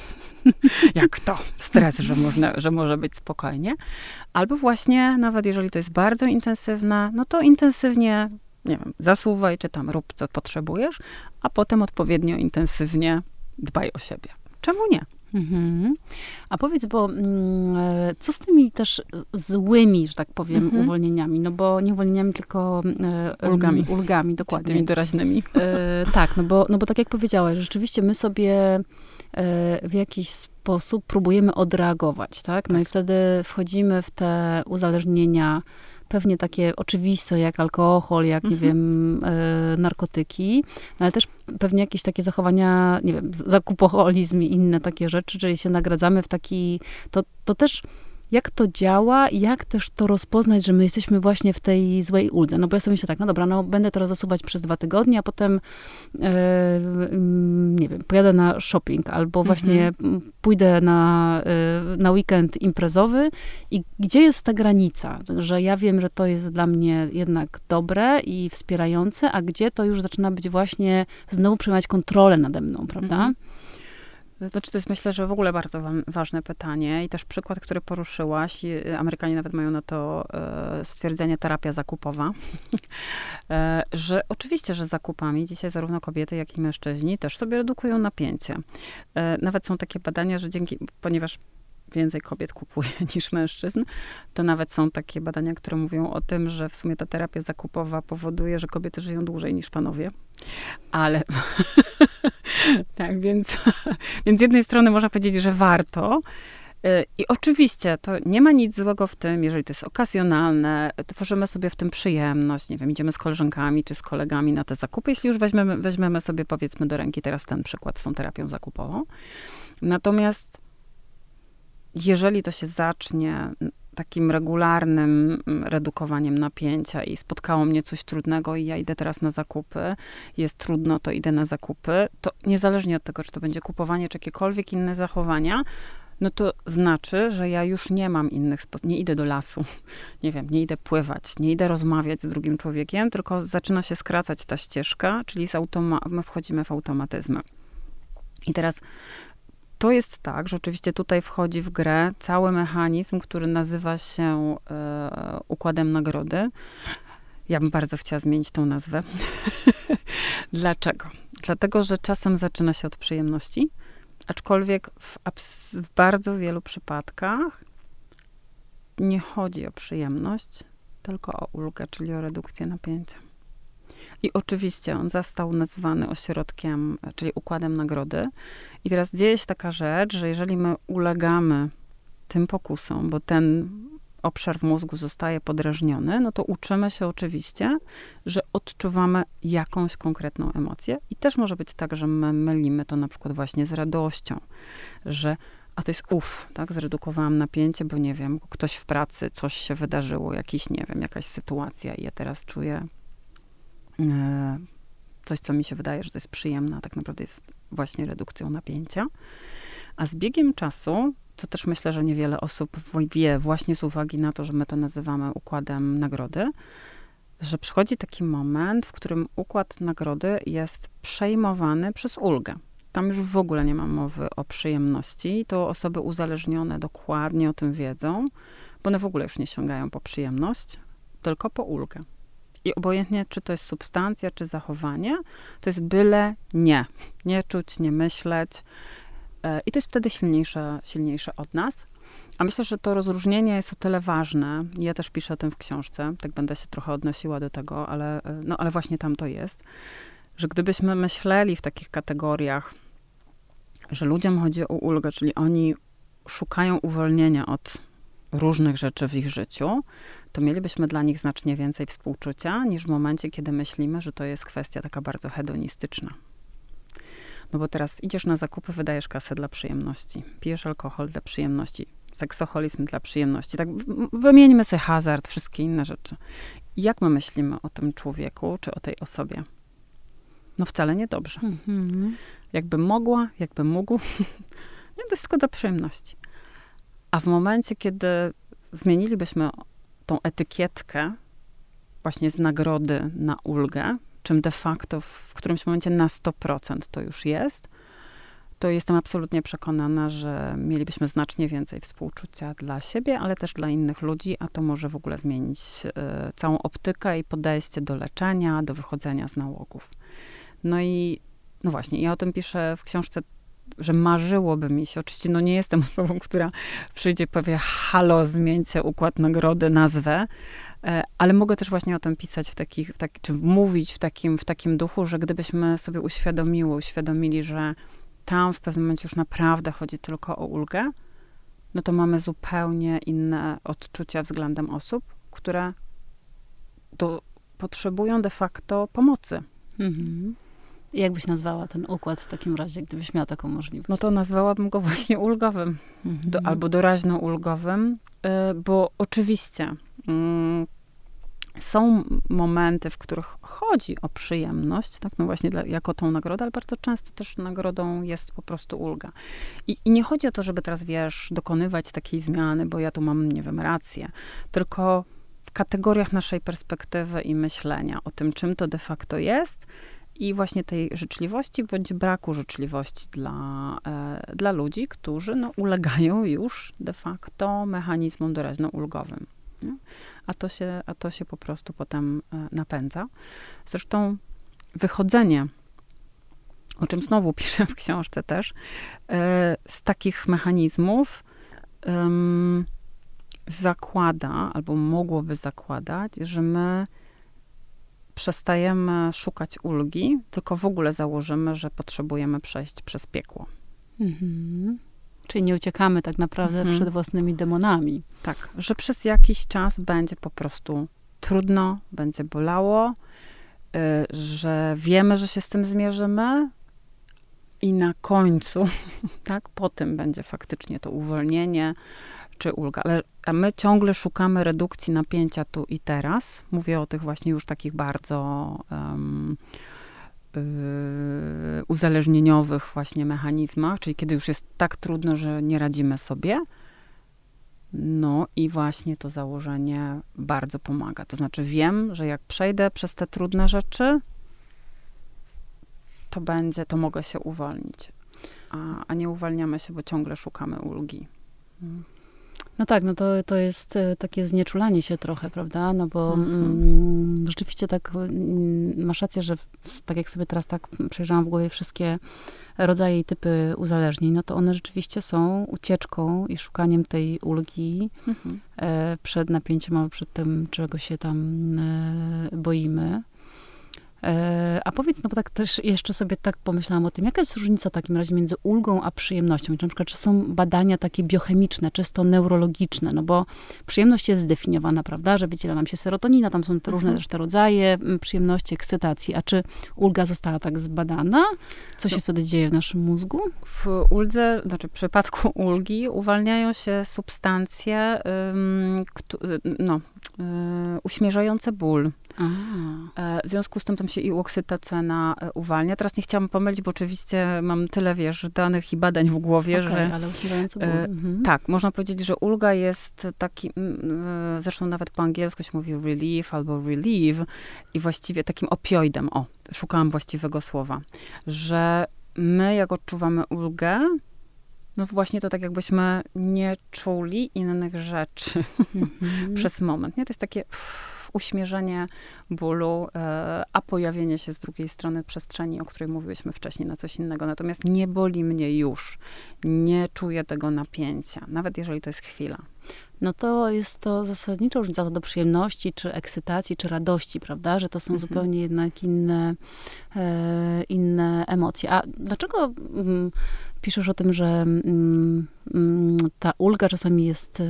Jak to? Stres, że może być spokojnie. Albo właśnie, nawet jeżeli to jest bardzo intensywne, no to intensywnie, nie wiem, zasuwaj, czy tam rób, co potrzebujesz, a potem odpowiednio intensywnie dbaj o siebie. Czemu nie? Mhm. A powiedz, bo co z tymi też złymi, że tak powiem, uwolnieniami? No bo nie uwolnieniami, tylko ulgami, dokładnie. Tymi doraźnymi. Tak, no bo tak jak powiedziałaś, rzeczywiście my sobie w jakiś sposób próbujemy odreagować, tak? No i wtedy wchodzimy w te uzależnienia, pewnie takie oczywiste, jak alkohol, jak, nie wiem, narkotyki, no ale też pewnie jakieś takie zachowania, nie wiem, zakupoholizm i inne takie rzeczy, czyli się nagradzamy w taki, to też jak to działa, jak też to rozpoznać, że my jesteśmy właśnie w tej złej uldze. No bo ja sobie myślę tak, no dobra, no będę teraz zasuwać przez 2 tygodnie, a potem, nie wiem, pojadę na shopping, albo właśnie pójdę na weekend imprezowy i gdzie jest ta granica, że ja wiem, że to jest dla mnie jednak dobre i wspierające, a gdzie to już zaczyna być właśnie znowu przejmować kontrolę nade mną, prawda? Znaczy, to jest, myślę, że w ogóle bardzo ważne pytanie i też przykład, który poruszyłaś. Amerykanie nawet mają na to stwierdzenie terapia zakupowa, że oczywiście, że zakupami dzisiaj zarówno kobiety, jak i mężczyźni też sobie redukują napięcie. Nawet są takie badania, że ponieważ więcej kobiet kupuje niż mężczyzn, to nawet są takie badania, które mówią o tym, że w sumie ta terapia zakupowa powoduje, że kobiety żyją dłużej niż panowie. Ale tak, więc z jednej strony można powiedzieć, że warto. I oczywiście to nie ma nic złego w tym, jeżeli to jest okazjonalne, tworzymy sobie w tym przyjemność, nie wiem, idziemy z koleżankami czy z kolegami na te zakupy, jeśli już weźmiemy sobie, powiedzmy, do ręki teraz ten przykład z tą terapią zakupową. Natomiast jeżeli to się zacznie takim regularnym redukowaniem napięcia i spotkało mnie coś trudnego i ja idę teraz na zakupy, jest trudno, to idę na zakupy, to niezależnie od tego, czy to będzie kupowanie, czy jakiekolwiek inne zachowania, no to znaczy, że ja już nie mam innych nie idę do lasu, nie wiem, nie idę pływać, nie idę rozmawiać z drugim człowiekiem, tylko zaczyna się skracać ta ścieżka, czyli my wchodzimy w automatyzmy. I teraz to jest tak, że oczywiście tutaj wchodzi w grę cały mechanizm, który nazywa się układem nagrody. Ja bym bardzo chciała zmienić tą nazwę. Dlaczego? Dlatego, że czasem zaczyna się od przyjemności, aczkolwiek w bardzo wielu przypadkach nie chodzi o przyjemność, tylko o ulgę, czyli o redukcję napięcia. I oczywiście on został nazwany ośrodkiem, czyli układem nagrody. I teraz dzieje się taka rzecz, że jeżeli my ulegamy tym pokusom, bo ten obszar w mózgu zostaje podrażniony, no to uczymy się oczywiście, że odczuwamy jakąś konkretną emocję. I też może być tak, że my mylimy to na przykład właśnie z radością, że to jest tak, zredukowałam napięcie, bo nie wiem, ktoś w pracy, coś się wydarzyło, jakaś sytuacja i ja teraz czuję coś, co mi się wydaje, że to jest przyjemne, a tak naprawdę jest właśnie redukcją napięcia. A z biegiem czasu co też myślę, że niewiele osób wie właśnie z uwagi na to, że my to nazywamy układem nagrody, że przychodzi taki moment, w którym układ nagrody jest przejmowany przez ulgę. Tam już w ogóle nie ma mowy o przyjemności. To osoby uzależnione dokładnie o tym wiedzą, bo one w ogóle już nie sięgają po przyjemność, tylko po ulgę. I obojętnie, czy to jest substancja, czy zachowanie, to jest byle nie. Nie czuć, nie myśleć. I to jest wtedy silniejsze od nas. A myślę, że to rozróżnienie jest o tyle ważne. Ja też piszę o tym w książce, tak będę się trochę odnosiła do tego, ale właśnie tam to jest, że gdybyśmy myśleli w takich kategoriach, że ludziom chodzi o ulgę, czyli oni szukają uwolnienia od różnych rzeczy w ich życiu, to mielibyśmy dla nich znacznie więcej współczucia, niż w momencie, kiedy myślimy, że to jest kwestia taka bardzo hedonistyczna. No bo teraz idziesz na zakupy, wydajesz kasę dla przyjemności, pijesz alkohol dla przyjemności, seksoholizm dla przyjemności. Tak wymieńmy sobie hazard, wszystkie inne rzeczy. I jak my myślimy o tym człowieku, czy o tej osobie? No wcale nie dobrze. Jakbym mogła, jakbym mógł, nie, to jest tylko dla przyjemności. A w momencie, kiedy zmienilibyśmy tą etykietkę właśnie z nagrody na ulgę, czym de facto w którymś momencie na 100% to już jest, to jestem absolutnie przekonana, że mielibyśmy znacznie więcej współczucia dla siebie, ale też dla innych ludzi, a to może w ogóle zmienić całą optykę i podejście do leczenia, do wychodzenia z nałogów. No i no właśnie, ja o tym piszę w książce, że marzyłoby mi się, oczywiście nie jestem osobą, która przyjdzie i powie, halo, zmieńcie układ nagrody, nazwę, ale mogę też właśnie o tym pisać czy mówić w takim duchu, że gdybyśmy sobie uświadomili, że tam w pewnym momencie już naprawdę chodzi tylko o ulgę, no to mamy zupełnie inne odczucia względem osób, które potrzebują de facto pomocy. Jak byś nazwała ten układ w takim razie, gdybyś miała taką możliwość? No to nazwałabym go właśnie ulgowym. Albo doraźno-ulgowym, bo oczywiście są momenty, w których chodzi o przyjemność, tak, no właśnie jako tą nagrodę, ale bardzo często też nagrodą jest po prostu ulga. I nie chodzi o to, żeby teraz, dokonywać takiej zmiany, bo ja tu mam, nie wiem, rację, tylko w kategoriach naszej perspektywy i myślenia o tym, czym to de facto jest, i właśnie tej życzliwości bądź braku życzliwości dla ludzi, którzy ulegają już de facto mechanizmom doraźno-ulgowym. Nie? A to się po prostu potem napędza. Zresztą wychodzenie, o czym znowu piszę w książce też, z takich mechanizmów zakłada, albo mogłoby zakładać, że my przestajemy szukać ulgi, tylko w ogóle założymy, że potrzebujemy przejść przez piekło. Czyli nie uciekamy tak naprawdę przed własnymi demonami. Tak, że przez jakiś czas będzie po prostu trudno, będzie bolało, że wiemy, że się z tym zmierzymy i na końcu, tak, po tym będzie faktycznie to uwolnienie czy ulga. A my ciągle szukamy redukcji napięcia tu i teraz. Mówię o tych właśnie już takich bardzo uzależnieniowych właśnie mechanizmach, czyli kiedy już jest tak trudno, że nie radzimy sobie. No i właśnie to założenie bardzo pomaga. To znaczy wiem, że jak przejdę przez te trudne rzeczy, to mogę się uwolnić. A nie uwalniamy się, bo ciągle szukamy ulgi. No tak, no to jest takie znieczulanie się trochę, prawda? No bo rzeczywiście tak masz rację, że tak jak sobie teraz tak przejrzałam w głowie wszystkie rodzaje i typy uzależnień, no to one rzeczywiście są ucieczką i szukaniem tej ulgi przed napięciem albo przed tym, czego się tam boimy. A powiedz, no bo tak też jeszcze sobie tak pomyślałam o tym, jaka jest różnica w takim razie między ulgą a przyjemnością? Na przykład, czy są badania takie biochemiczne, czysto neurologiczne? No bo przyjemność jest zdefiniowana, prawda, że wydziela nam się serotonina, tam są te różne też te rodzaje przyjemności, ekscytacji. A czy ulga została tak zbadana? Co się wtedy dzieje w naszym mózgu? W uldze, znaczy w przypadku ulgi uwalniają się substancje, uśmierzające ból. W związku z tym tam się i oksytocena uwalnia. Teraz nie chciałam pomylić, bo oczywiście mam tyle, danych i badań w głowie, że... ale uśmierzający ból. Tak, można powiedzieć, że ulga jest taki, zresztą nawet po angielsku się mówi relief albo relieve i właściwie takim opioidem, szukałam właściwego słowa, że my jak odczuwamy ulgę, no właśnie to tak jakbyśmy nie czuli innych rzeczy przez moment. Nie? To jest takie uśmierzenie bólu, a pojawienie się z drugiej strony przestrzeni, o której mówiłyśmy wcześniej, na coś innego. Natomiast nie boli mnie już. Nie czuję tego napięcia, nawet jeżeli to jest chwila. No to jest to zasadnicza różnica do przyjemności, czy ekscytacji, czy radości, prawda? Że to są zupełnie jednak inne emocje. A dlaczego piszesz o tym, że ta ulga czasami jest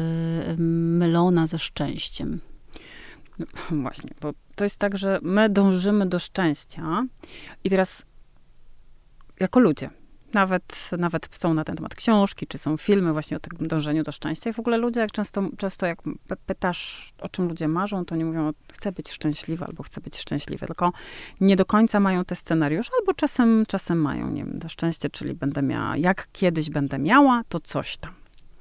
mylona ze szczęściem? No, właśnie, bo to jest tak, że my dążymy do szczęścia i teraz jako ludzie, nawet są na ten temat książki, czy są filmy właśnie o tym dążeniu do szczęścia. I w ogóle ludzie, jak często jak pytasz, o czym ludzie marzą, to nie mówią, chcę być szczęśliwy, albo chcę być szczęśliwy. Tylko nie do końca mają te scenariusze, albo czasem mają, nie wiem, to szczęście, czyli będę miała, jak kiedyś będę miała, to coś tam.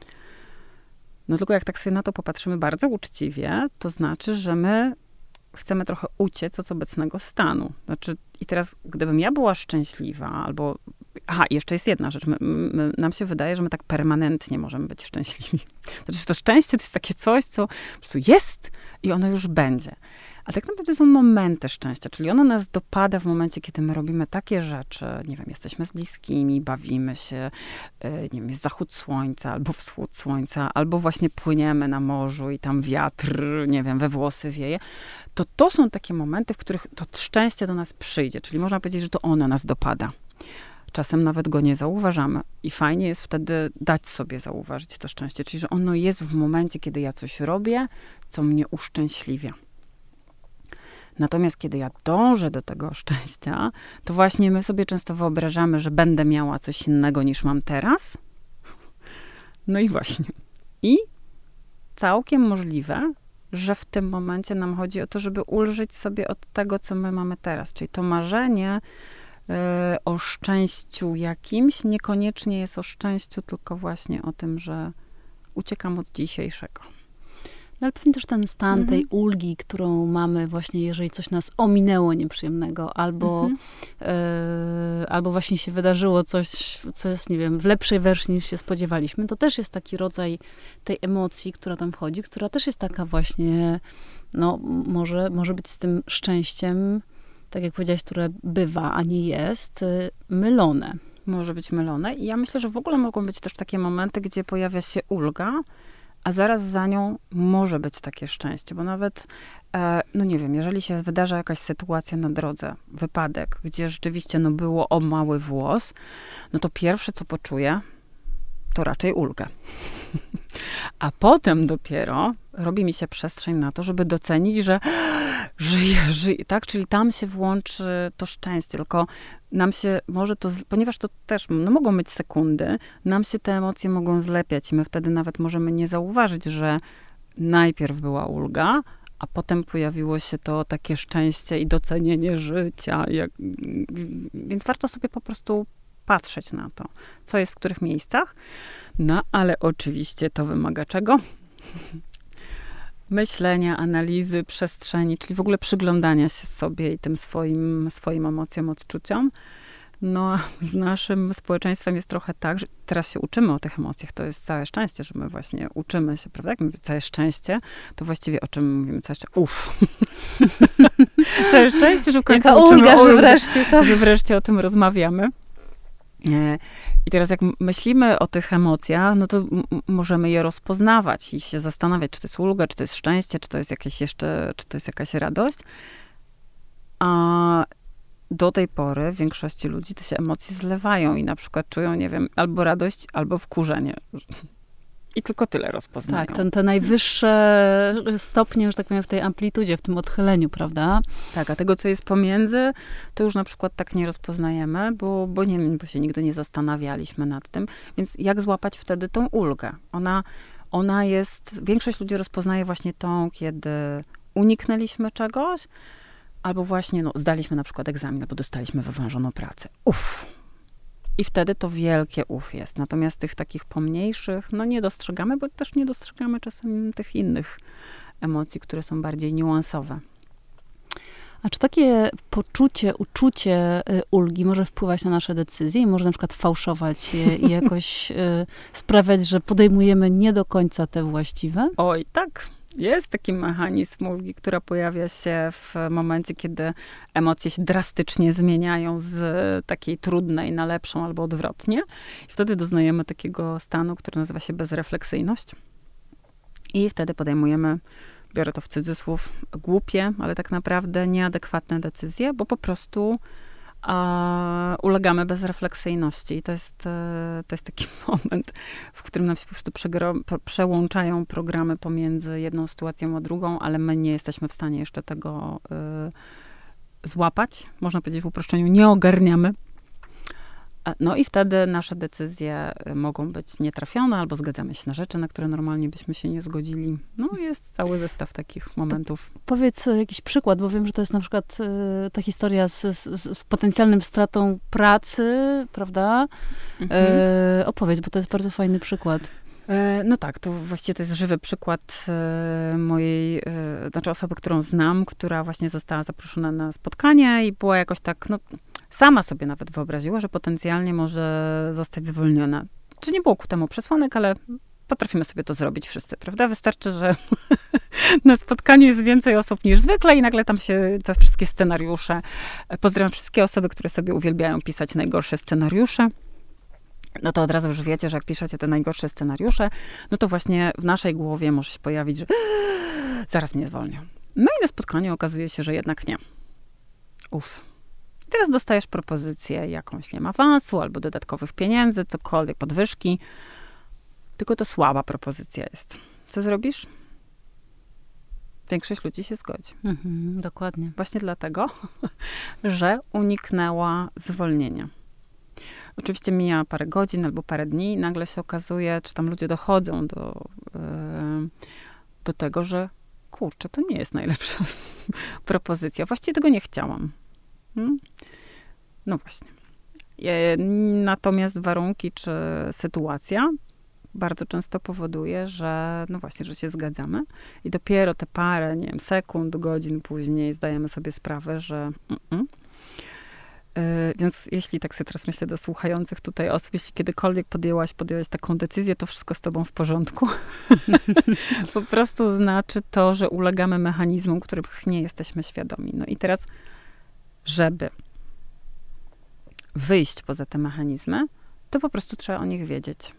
No tylko jak tak sobie na to popatrzymy bardzo uczciwie, to znaczy, że my chcemy trochę uciec od obecnego stanu. Znaczy, i teraz, gdybym ja była szczęśliwa, albo... Aha, jeszcze jest jedna rzecz. Nam się wydaje, że my tak permanentnie możemy być szczęśliwi. Znaczy, to szczęście to jest takie coś, co po prostu jest i ono już będzie. A tak naprawdę są momenty szczęścia, czyli ono nas dopada w momencie, kiedy my robimy takie rzeczy, nie wiem, jesteśmy z bliskimi, bawimy się, nie wiem, jest zachód słońca, albo wschód słońca, albo właśnie płyniemy na morzu i tam wiatr, nie wiem, we włosy wieje. To są takie momenty, w których to szczęście do nas przyjdzie, czyli można powiedzieć, że to ono nas dopada. Czasem nawet go nie zauważamy. I fajnie jest wtedy dać sobie zauważyć to szczęście, czyli że ono jest w momencie, kiedy ja coś robię, co mnie uszczęśliwia. Natomiast kiedy ja dążę do tego szczęścia, to właśnie my sobie często wyobrażamy, że będę miała coś innego niż mam teraz. No i właśnie. I całkiem możliwe, że w tym momencie nam chodzi o to, żeby ulżyć sobie od tego, co my mamy teraz. Czyli to marzenie o szczęściu jakimś niekoniecznie jest o szczęściu, tylko właśnie o tym, że uciekam od dzisiejszego. No ale pewnie też ten stan tej ulgi, którą mamy właśnie, jeżeli coś nas ominęło nieprzyjemnego, albo właśnie się wydarzyło coś, co jest, nie wiem, w lepszej wersji niż się spodziewaliśmy, to też jest taki rodzaj tej emocji, która tam wchodzi, która też jest taka właśnie, no może być z tym szczęściem, tak jak powiedziałaś, które bywa, a nie jest, mylone. Może być mylone i ja myślę, że w ogóle mogą być też takie momenty, gdzie pojawia się ulga, a zaraz za nią może być takie szczęście, bo nawet, no nie wiem, jeżeli się wydarza jakaś sytuacja na drodze, wypadek, gdzie rzeczywiście było o mały włos, no to pierwsze, co poczuję, to raczej ulgę. A potem dopiero robi mi się przestrzeń na to, żeby docenić, że żyję, tak? Czyli tam się włączy to szczęście, tylko nam się może to, ponieważ to też mogą być sekundy, nam się te emocje mogą zlepiać i my wtedy nawet możemy nie zauważyć, że najpierw była ulga, a potem pojawiło się to takie szczęście i docenienie życia. Więc warto sobie po prostu patrzeć na to, co jest w których miejscach. No, ale oczywiście to wymaga czego? Myślenia, analizy, przestrzeni, czyli w ogóle przyglądania się sobie i tym swoim emocjom, odczuciom. No, z naszym społeczeństwem jest trochę tak, że teraz się uczymy o tych emocjach. To jest całe szczęście, że my właśnie uczymy się, prawda? Jak mówię całe szczęście, to właściwie o czym mówimy? Całe szczęście? Całe szczęście, że w końcu uczymy że wreszcie o tym rozmawiamy. I teraz jak myślimy o tych emocjach, no to możemy je rozpoznawać i się zastanawiać, czy to jest ulga, czy to jest szczęście, czy to jest czy to jest jakaś radość. A do tej pory w większości ludzi te się emocje zlewają i na przykład czują, nie wiem, albo radość, albo wkurzenie. I tylko tyle rozpoznają. Tak, te najwyższe stopnie, że tak powiem, w tej amplitudzie, w tym odchyleniu, prawda? Tak, a tego, co jest pomiędzy, to już na przykład tak nie rozpoznajemy, bo się nigdy nie zastanawialiśmy nad tym. Więc jak złapać wtedy tą ulgę? ona jest, większość ludzi rozpoznaje właśnie tą, kiedy uniknęliśmy czegoś, albo właśnie zdaliśmy na przykład egzamin, albo dostaliśmy wywężoną pracę. I wtedy to wielkie jest. Natomiast tych takich pomniejszych, nie dostrzegamy, bo też nie dostrzegamy czasem tych innych emocji, które są bardziej niuansowe. A czy takie uczucie ulgi może wpływać na nasze decyzje i może na przykład fałszować je i jakoś sprawiać, że podejmujemy nie do końca te właściwe? Oj, tak. Jest taki mechanizm ulgi, która pojawia się w momencie, kiedy emocje się drastycznie zmieniają z takiej trudnej na lepszą albo odwrotnie. I wtedy doznajemy takiego stanu, który nazywa się bezrefleksyjność. I wtedy podejmujemy, biorę to w cudzysłów, głupie, ale tak naprawdę nieadekwatne decyzje, bo po prostu ulegamy bezrefleksyjności. I to jest taki moment, w którym nam się po prostu przełączają programy pomiędzy jedną sytuacją a drugą, ale my nie jesteśmy w stanie jeszcze tego złapać. Można powiedzieć w uproszczeniu, nie ogarniamy. No i wtedy nasze decyzje mogą być nietrafione, albo zgadzamy się na rzeczy, na które normalnie byśmy się nie zgodzili. Jest cały zestaw takich momentów. Powiedz jakiś przykład, bo wiem, że to jest na przykład ta historia z potencjalnym stratą pracy, prawda? Opowiedz, bo to jest bardzo fajny przykład. No tak, to właściwie to jest żywy przykład mojej, osoby, którą znam, która właśnie została zaproszona na spotkanie i była jakoś tak, sama sobie nawet wyobraziła, że potencjalnie może zostać zwolniona. Czy nie było ku temu przesłanek, ale potrafimy sobie to zrobić wszyscy, prawda? Wystarczy, że na spotkaniu jest więcej osób niż zwykle i nagle tam się te wszystkie scenariusze, pozdrawiam wszystkie osoby, które sobie uwielbiają pisać najgorsze scenariusze. No to od razu już wiecie, że jak piszecie te najgorsze scenariusze, to właśnie w naszej głowie może się pojawić, że zaraz mnie zwolnią. No i na spotkaniu okazuje się, że jednak nie. I teraz dostajesz propozycję jakąś, awansu albo dodatkowych pieniędzy, cokolwiek, podwyżki. Tylko to słaba propozycja jest. Co zrobisz? Większość ludzi się zgodzi. Dokładnie. Właśnie dlatego, że uniknęła zwolnienia. Oczywiście mija parę godzin albo parę dni i nagle się okazuje, czy tam ludzie dochodzą do tego, że kurczę, to nie jest najlepsza propozycja. Właściwie tego nie chciałam. No właśnie. Natomiast warunki czy sytuacja bardzo często powoduje, że że się zgadzamy i dopiero te parę, sekund, godzin później zdajemy sobie sprawę, że Więc jeśli tak sobie teraz myślę do słuchających tutaj osób, jeśli kiedykolwiek podjęłaś taką decyzję, to wszystko z tobą w porządku. Po prostu znaczy to, że ulegamy mechanizmom, których nie jesteśmy świadomi. No i teraz, żeby wyjść poza te mechanizmy, to po prostu trzeba o nich wiedzieć.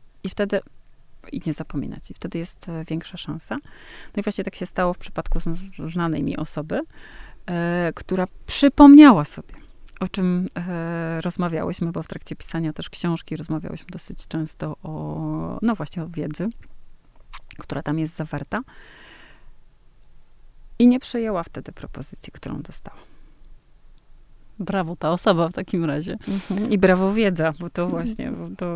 I nie zapominać. I wtedy jest większa szansa. No i właśnie tak się stało w przypadku znanej mi osoby, która przypomniała sobie, o czym rozmawiałyśmy, bo w trakcie pisania też książki rozmawiałyśmy dosyć często o wiedzy, która tam jest zawarta. I nie przyjęła wtedy propozycji, którą dostała. Brawo, ta osoba w takim razie. I brawo wiedza, bo to właśnie,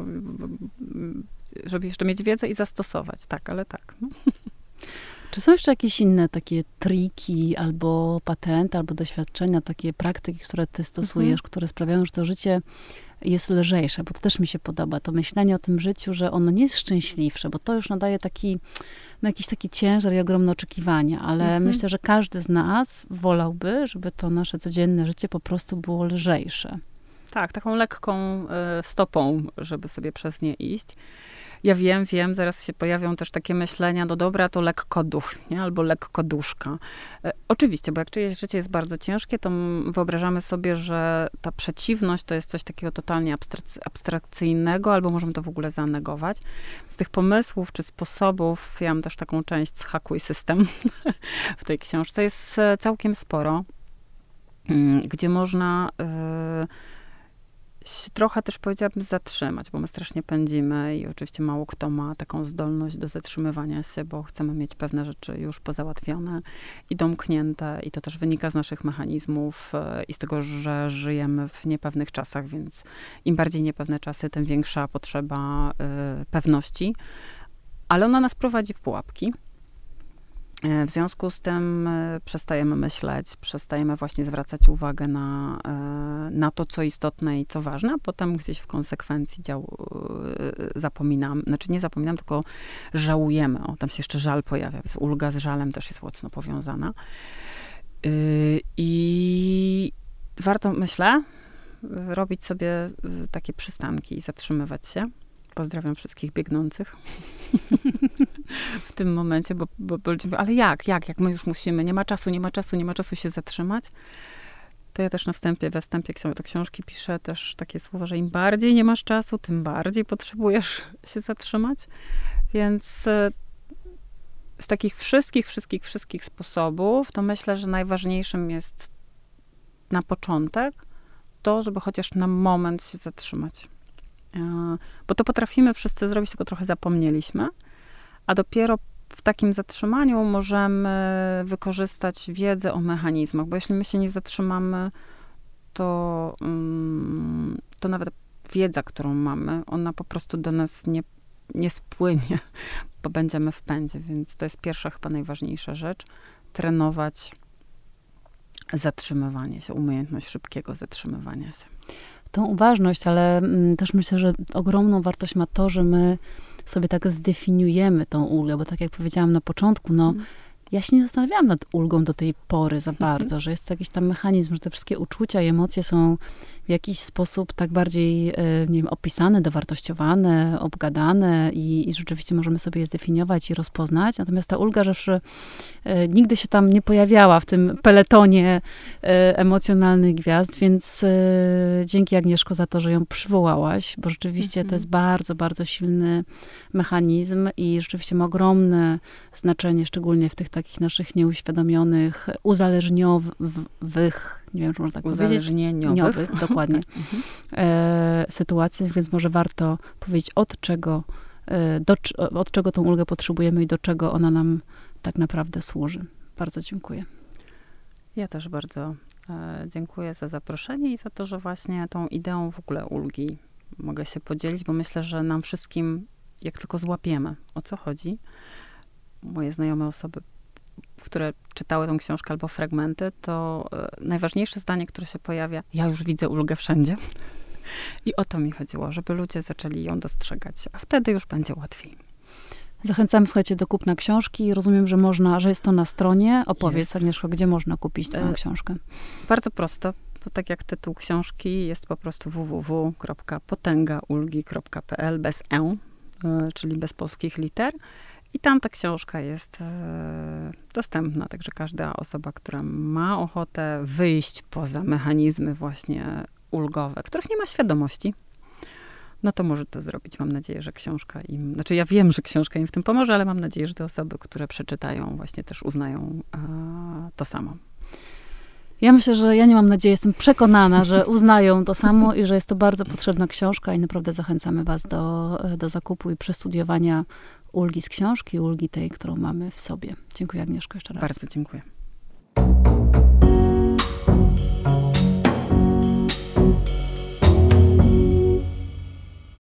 żeby jeszcze mieć wiedzę i zastosować. Tak, ale tak. No. Czy są jeszcze jakieś inne takie triki, albo patenty, albo doświadczenia, takie praktyki, które ty stosujesz, które sprawiają, że to życie jest lżejsze? Bo to też mi się podoba, to myślenie o tym życiu, że ono nie jest szczęśliwsze, bo to już nadaje jakiś taki ciężar i ogromne oczekiwania, ale myślę, że każdy z nas wolałby, żeby to nasze codzienne życie po prostu było lżejsze. Tak, taką lekką stopą, żeby sobie przez nie iść. Ja wiem, zaraz się pojawią też takie myślenia, no dobra, to lekkoduch, nie? Albo lekkoduszka. Oczywiście, bo jak czyjeś życie jest bardzo ciężkie, to wyobrażamy sobie, że ta przeciwność to jest coś takiego totalnie abstrakcyjnego, albo możemy to w ogóle zanegować. Z tych pomysłów czy sposobów, ja mam też taką część z Hakuj System w tej książce, jest całkiem sporo, gdzie można trochę też powiedziałabym zatrzymać, bo my strasznie pędzimy i oczywiście mało kto ma taką zdolność do zatrzymywania się, bo chcemy mieć pewne rzeczy już pozałatwione i domknięte i to też wynika z naszych mechanizmów i z tego, że żyjemy w niepewnych czasach, więc im bardziej niepewne czasy, tym większa potrzeba pewności. ale ona nas prowadzi w pułapki. W związku z tym przestajemy myśleć, przestajemy właśnie zwracać uwagę na to, co istotne i co ważne, a potem gdzieś w konsekwencji zapominam, znaczy nie zapominam, tylko żałujemy. O, tam się jeszcze żal pojawia. Ulga z żalem też jest mocno powiązana. I warto, myślę, robić sobie takie przystanki i zatrzymywać się. Pozdrawiam wszystkich biegnących w tym momencie, bo ludzie mówią, ale jak my już musimy, nie ma czasu się zatrzymać. To ja też we wstępie do książki piszę też takie słowa, że im bardziej nie masz czasu, tym bardziej potrzebujesz się zatrzymać. Więc z takich wszystkich sposobów, to myślę, że najważniejszym jest na początek to, żeby chociaż na moment się zatrzymać. Bo to potrafimy wszyscy zrobić, tylko trochę zapomnieliśmy, a dopiero w takim zatrzymaniu możemy wykorzystać wiedzę o mechanizmach, bo jeśli my się nie zatrzymamy, to nawet wiedza, którą mamy, ona po prostu do nas nie spłynie, bo będziemy w pędzie, więc to jest pierwsza, chyba najważniejsza rzecz, trenować zatrzymywanie się, umiejętność szybkiego zatrzymywania się. Tą uważność, ale też myślę, że ogromną wartość ma to, że my sobie tak zdefiniujemy tą ulgę, bo tak jak powiedziałam na początku, ja się nie zastanawiałam nad ulgą do tej pory za bardzo, że jest to jakiś tam mechanizm, że te wszystkie uczucia i emocje są w jakiś sposób tak bardziej, nie wiem, opisane, dowartościowane, obgadane i rzeczywiście możemy sobie je zdefiniować i rozpoznać. Natomiast ta ulga zawsze nigdy się tam nie pojawiała w tym peletonie emocjonalnych gwiazd, więc dzięki Agnieszko za to, że ją przywołałaś, bo rzeczywiście to jest bardzo, bardzo silny mechanizm i rzeczywiście ma ogromne znaczenie, szczególnie w tych takich naszych nieuświadomionych, uzależniowych, nie wiem, czy można tak powiedzieć. Uzależnieniowych. Dokładnie. Sytuacjach, więc może warto powiedzieć, od czego tą ulgę potrzebujemy i do czego ona nam tak naprawdę służy. Bardzo dziękuję. Ja też bardzo dziękuję za zaproszenie i za to, że właśnie tą ideą w ogóle ulgi mogę się podzielić, bo myślę, że nam wszystkim, jak tylko złapiemy, o co chodzi, moje znajome osoby, które czytały tą książkę albo fragmenty, to najważniejsze zdanie, które się pojawia, ja już widzę ulgę wszędzie. I o to mi chodziło, żeby ludzie zaczęli ją dostrzegać, a wtedy już będzie łatwiej. Zachęcam, słuchajcie, do kupna książki. Rozumiem, że jest to na stronie. Opowiedz, Agnieszko, gdzie można kupić tę książkę? Bardzo prosto, bo tak jak tytuł książki jest po prostu www.potęgaulgi.pl bez czyli bez polskich liter. I tam ta książka jest dostępna, także każda osoba, która ma ochotę wyjść poza mechanizmy właśnie ulgowe, których nie ma świadomości, no to może to zrobić. Mam nadzieję, że książka im, znaczy ja wiem, że książka im w tym pomoże, ale mam nadzieję, że te osoby, które przeczytają, właśnie też uznają to samo. Ja myślę, że ja nie mam nadziei, jestem przekonana, że uznają to samo i że jest to bardzo potrzebna książka i naprawdę zachęcamy was do zakupu i przestudiowania ulgi z książki, ulgi tej, którą mamy w sobie. Dziękuję, Agnieszko, jeszcze raz. Bardzo dziękuję.